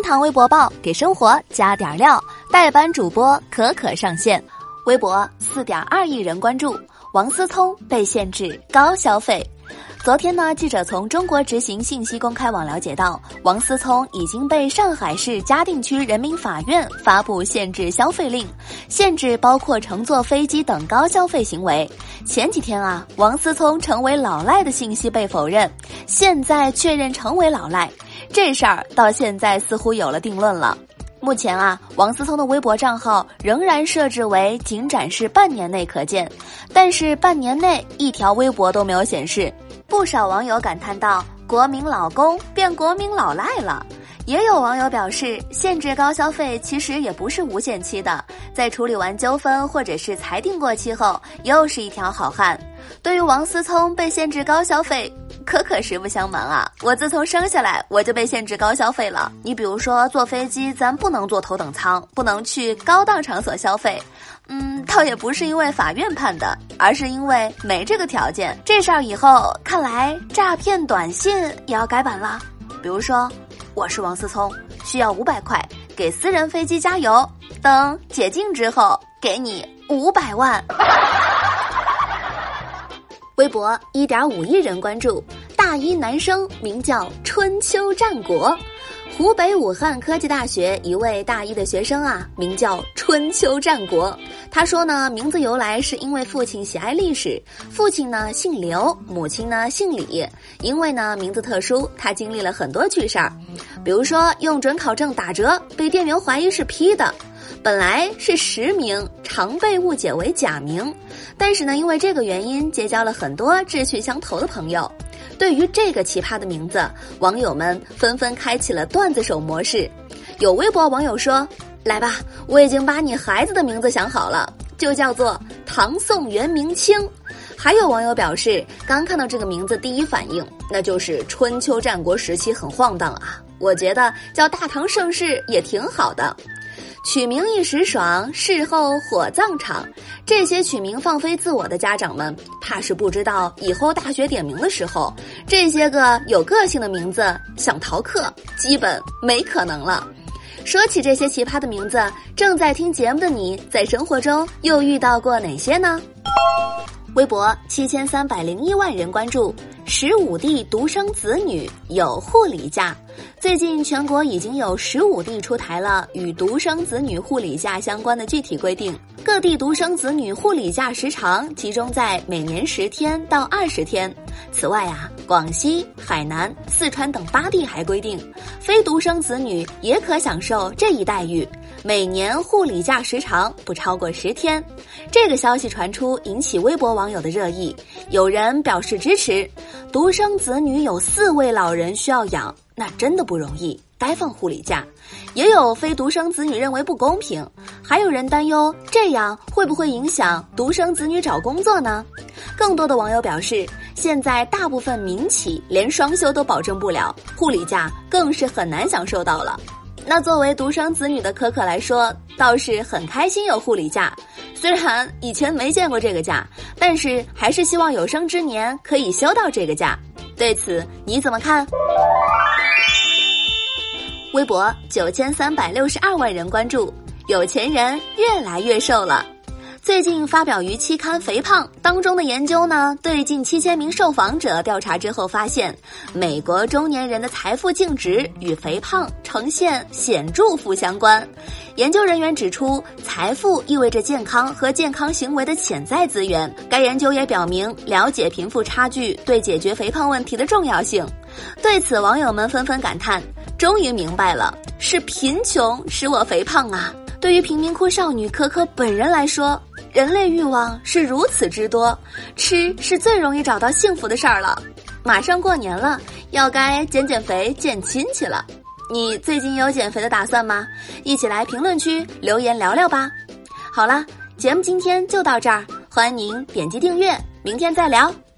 堂微博报，给生活加点料。代班主播可可上线，微博4.2亿人关注。王思聪被限制高消费。昨天呢，记者从中国执行信息公开网了解到，王思聪已经被上海市嘉定区人民法院发布限制消费令，限制包括乘坐飞机等高消费行为。前几天啊，王思聪成为老赖的信息被否认，现在确认成为老赖，这事儿到现在似乎有了定论了。目前啊，王思聪的微博账号仍然设置为仅展示半年内可见，但是半年内一条微博都没有显示。不少网友感叹道，国民老公变国民老赖了。也有网友表示，限制高消费其实也不是无限期的，在处理完纠纷或者是裁定过期后，又是一条好汉。对于王思聪被限制高消费，可可实不相瞒啊，我自从生下来我就被限制高消费了。你比如说坐飞机，咱不能坐头等舱，不能去高档场所消费。倒也不是因为法院判的，而是因为没这个条件。这事儿以后看来诈骗短信也要改版了。比如说，我是王思聪，需要500块给私人飞机加油，等解禁之后给你500万。微博1.5亿人关注，大一男生名叫春秋战国。湖北武汉科技大学一位大一的学生啊，名叫春秋战国。他说呢，名字由来是因为父亲喜爱历史，父亲呢姓刘，母亲呢姓李。因为呢名字特殊，他经历了很多趣事儿，比如说用准考证打折，被店员怀疑是 P 的。本来是实名，常被误解为假名，但是呢，因为这个原因结交了很多志趣相投的朋友。对于这个奇葩的名字，网友们纷纷开启了段子手模式。有微博网友说，来吧，我已经把你孩子的名字想好了，就叫做唐宋元明清。还有网友表示，刚看到这个名字第一反应那就是春秋战国时期很晃荡啊，我觉得叫大唐盛世也挺好的。取名一时爽，事后火葬场。这些取名放飞自我的家长们，怕是不知道以后大学点名的时候，这些个有个性的名字想逃课基本没可能了。说起这些奇葩的名字，正在听节目的你，在生活中又遇到过哪些呢？微博7301万人关注，15地独生子女有护理假。最近全国已经有15地出台了与独生子女护理假相关的具体规定，各地独生子女护理假时长集中在每年10天到20天。此外啊，广西、海南、四川等8地还规定，非独生子女也可享受这一待遇，每年护理假时长不超过10天。这个消息传出，引起微博网友的热议，有人表示支持。独生子女有4位老人需要养，那真的不容易，该放护理假。也有非独生子女认为不公平，还有人担忧这样会不会影响独生子女找工作呢？更多的网友表示，现在大部分民企连双休都保证不了，护理假更是很难享受到了。那作为独生子女的可可来说，倒是很开心有护理假，虽然以前没见过这个假，但是还是希望有生之年可以休到这个假。对此你怎么看？微博9362万人关注，有钱人越来越瘦了。最近发表于期刊《肥胖》当中的研究呢，对近7000名受访者调查之后发现，美国中年人的财富净值与肥胖呈现显著负相关。研究人员指出，财富意味着健康和健康行为的潜在资源。该研究也表明，了解贫富差距对解决肥胖问题的重要性。对此，网友们纷纷感叹，终于明白了，是贫穷使我肥胖啊。对于贫民窟少女可可本人来说，人类欲望是如此之多，吃是最容易找到幸福的事儿了。马上过年了，要该减减肥见亲戚了。你最近有减肥的打算吗？一起来评论区留言聊聊吧。好了，节目今天就到这儿，欢迎您点击订阅，明天再聊。